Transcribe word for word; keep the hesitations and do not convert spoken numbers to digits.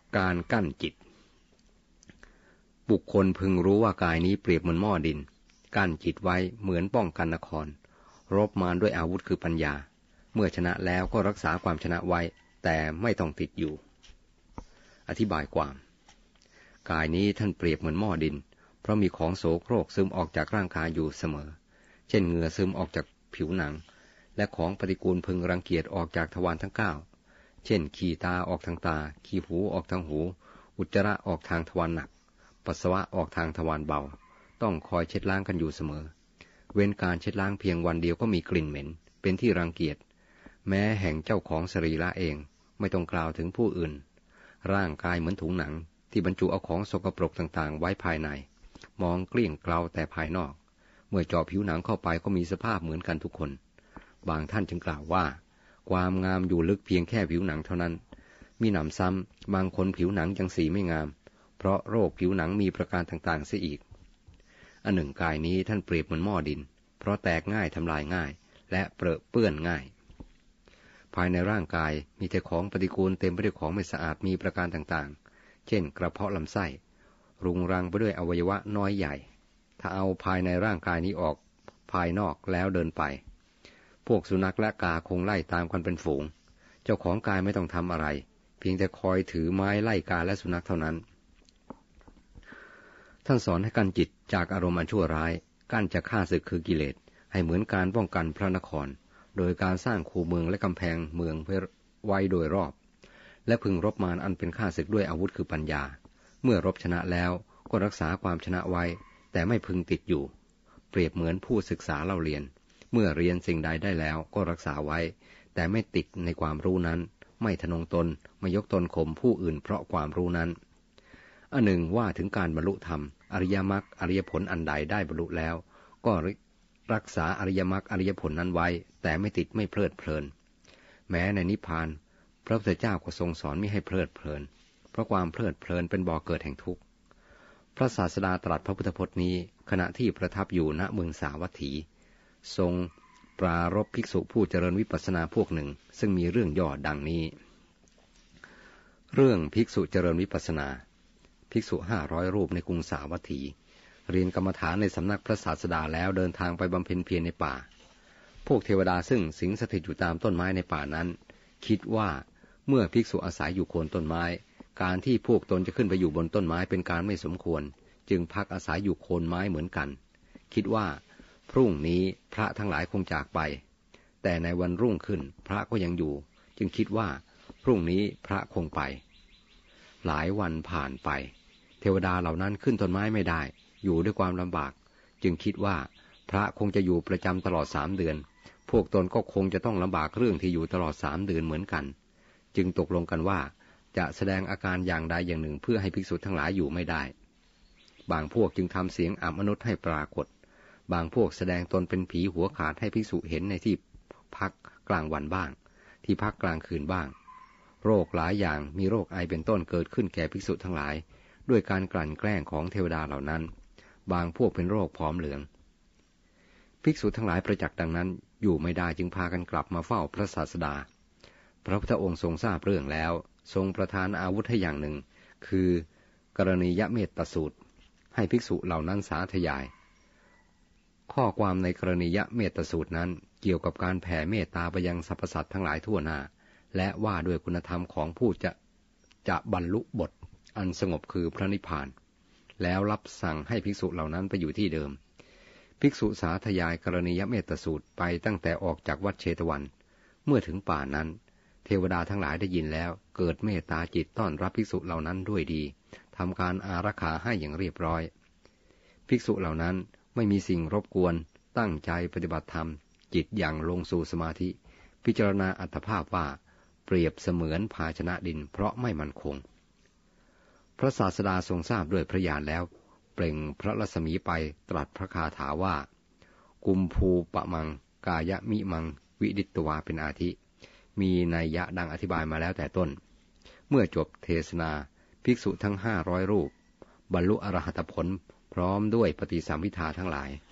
การกั้นจิตบุคคลพึงรู้ว่ากายนี้เปรียบเหมือนหม้อดินกั้นจิตไว้เหมือนป้องกันนครรบมารด้วยอาวุธคือปัญญาเมื่อชนะแล้วก็รักษาความชนะไว้แต่ไม่ต้องติดอยู่อธิบายความกายนี้ท่านเปรียบเหมือนหม้อดินเพราะมีของโสโครกซึมออกจากร่างกายอยู่เสมอเช่นเหงื่อซึมออกจากผิวหนังและของปฏิกูลพึงรังเกียจออกจากทวารทั้งเก้าเช่นขี้ตาออกทางตาขี้หูออกทางหูอุจจาระออกทางทวารหนักปัสสาวะออกทางทวารเบาต้องคอยเช็ดล้างกันอยู่เสมอเว้นการเช็ดล้างเพียงวันเดียวก็มีกลิ่นเหม็นเป็นที่รังเกียจแม้แห่งเจ้าของสรีระเองไม่ต้องกล่าวถึงผู้อื่นร่างกายเหมือนถุงหนังที่บรรจุเอาของสกปรกต่างๆไว้ภายในมองเกลี้ยงเกลาแต่ภายนอกเมื่อเจาะผิวหนังเข้าไปก็มีสภาพเหมือนกันทุกคนบางท่านจึงกล่าวว่าความงามอยู่ลึกเพียงแค่ผิวหนังเท่านั้นมีหนำซ้ำบางคนผิวหนังยังสีไม่งามเพราะโรคผิวหนังมีประการต่างๆเสียอีกอันหนึ่งกายนี้ท่านเปรียบเหมือนหม้อดินเพราะแตกง่ายทำลายง่ายและเปรอะเปื้อนง่ายภายในร่างกายมีแต่ของปฏิกูลเต็มไปด้วยของไม่สะอาดมีประการต่างๆเช่นกระเพาะลำไส้รุงรังไปด้วยอวัยวะน้อยใหญ่ถ้าเอาภายในร่างกายนี้ออกภายนอกแล้วเดินไปพวกสุนัขและกาคงไล่ตามกันเป็นฝูงเจ้าของกายไม่ต้องทำอะไรเพียงแต่คอยถือไม้ไล่กาและสุนัขเท่านั้นท่านสอนให้กั้นจิตจากอารมณ์อันชั่วร้ายกั้นจากข้าศึกคือกิเลสให้เหมือนการป้องกันพระนครโดยการสร้างคูเมืองและกำแพงเมืองไว้โดยรอบและพึงรบมารอันเป็นข้าศึกด้วยอาวุธคือปัญญาเมื่อรบชนะแล้วก็รักษาความชนะไว้แต่ไม่พึงติดอยู่เปรียบเหมือนผู้ศึกษาเล่าเรียนเมื่อเรียนสิ่งใดได้แล้วก็รักษาไว้แต่ไม่ติดในความรู้นั้นไม่ทะนงตนไม่ยกตนข่มผู้อื่นเพราะความรู้นั้นอันหนึ่งว่าถึงการบรรลุธรรมอริยมรรคอริยผลอันใดได้บรรลุแล้วก็รักษาอริยมรรคอริยผลนั้นไว้แต่ไม่ติดไม่เพลิดเพลินแม้ในนิพพานพระพุทธเจ้าก็ทรงสอนไม่ให้เพลิดเพลินเพราะความเพลิดเพลินเป็นบ่อเกิดแห่งทุกข์พระศาสดาตรัสพระพุทธพจน์นี้ขณะที่ประทับอยู่ณเมืองสาวัตถีทรงปรารภภิกษุผู้เจริญวิปัสสนาพวกหนึ่งซึ่งมีเรื่องย่อดังนี้เรื่องภิกษุเจริญวิปัสสนาภิกษุห้าร้อยรูปในกรุงสาวัตถีเรียนกรรมฐานในสำนักพระศาสดาแล้วเดินทางไปบำเพ็ญเพียรในป่าพวกเทวดาซึ่งสิงสถิตอยู่ตามต้นไม้ในป่านั้นคิดว่าเมื่อภิกษุอาศัยอยู่โคนต้นไม้การที่พวกตนจะขึ้นไปอยู่บนต้นไม้เป็นการไม่สมควรจึงพักอาศัยอยู่โคนไม้เหมือนกันคิดว่าพรุ่งนี้พระทั้งหลายคงจากไปแต่ในวันรุ่งขึ้นพระก็ยังอยู่จึงคิดว่าพรุ่งนี้พระคงไปหลายวันผ่านไปเทวดาเหล่านั้นขึ้นต้นไม้ไม่ได้อยู่ด้วยความลำบากจึงคิดว่าพระคงจะอยู่ประจำตลอดสามเดือนพวกตนก็คงจะต้องลำบากเรื่องที่อยู่ตลอดสามเดือนเหมือนกันจึงตกลงกันว่าจะแสดงอาการอย่างใดอย่างหนึ่งเพื่อให้ภิกษุทั้งหลายอยู่ไม่ได้บางพวกจึงทำเสียงอมนุษย์ให้ปรากฏบางพวกแสดงตนเป็นผีหัวขาดให้ภิกษุเห็นในที่พักกลางวันบ้างที่พักกลางคืนบ้างโรคหลายอย่างมีโรคไอเป็นต้นเกิดขึ้นแก่ภิกษุทั้งหลายด้วยการกลั่นแกล้งของเทวดาเหล่านั้นบางพวกเป็นโรคผอมเหลืองภิกษุทั้งหลายประจักษ์ดังนั้นอยู่ไม่ได้จึงพากันกลับมาเฝ้าพระศาสดาพระพุทธองค์ทรงทราบเรื่องแล้วทรงประทานอาวุธให้อย่างหนึ่งคือกรณียเมตตสูตรให้ภิกษุเหล่านั้นสาธยายข้อความในกรณียเมตตสูตรนั้นเกี่ยวกับการแผ่เมตตาไปยังสรรพสัตว์ทั้งหลายทั่วหน้าและว่าด้วยคุณธรรมของผู้จะจะบรรลุบทอันสงบคือพระนิพพานแล้วรับสั่งให้ภิกษุเหล่านั้นไปอยู่ที่เดิมภิกษุสาธยายกรณียเมตตสูตรไปตั้งแต่ออกจากวัดเชตวันเมื่อถึงป่านั้นเทวดาทั้งหลายได้ยินแล้วเกิดเมตตาจิตต้อนรับภิกษุเหล่านั้นด้วยดีทำการอารักขาให้อย่างเรียบร้อยภิกษุเหล่านั้นไม่มีสิ่งรบกวนตั้งใจปฏิบัติธรรมจิตอย่างลงสู่สมาธิพิจารณาอัตภาพว่าเปรียบเสมือนภาชนะดินเพราะไม่มั่นคงพระศาสดาทรงทราบด้วยพระญาณแล้วเปล่งพระรัศมีไปตรัสพระคาถาว่ากุมภูปะมังกายะมิมังวิดิตวาเป็นอาทิมีนัยยะดังอธิบายมาแล้วแต่ต้นเมื่อจบเทศนาภิกษุทั้งห้าร้อยรูปบรรลุอรหัตผลพร้อมด้วยปฏิสัมภิทาทั้งหลาย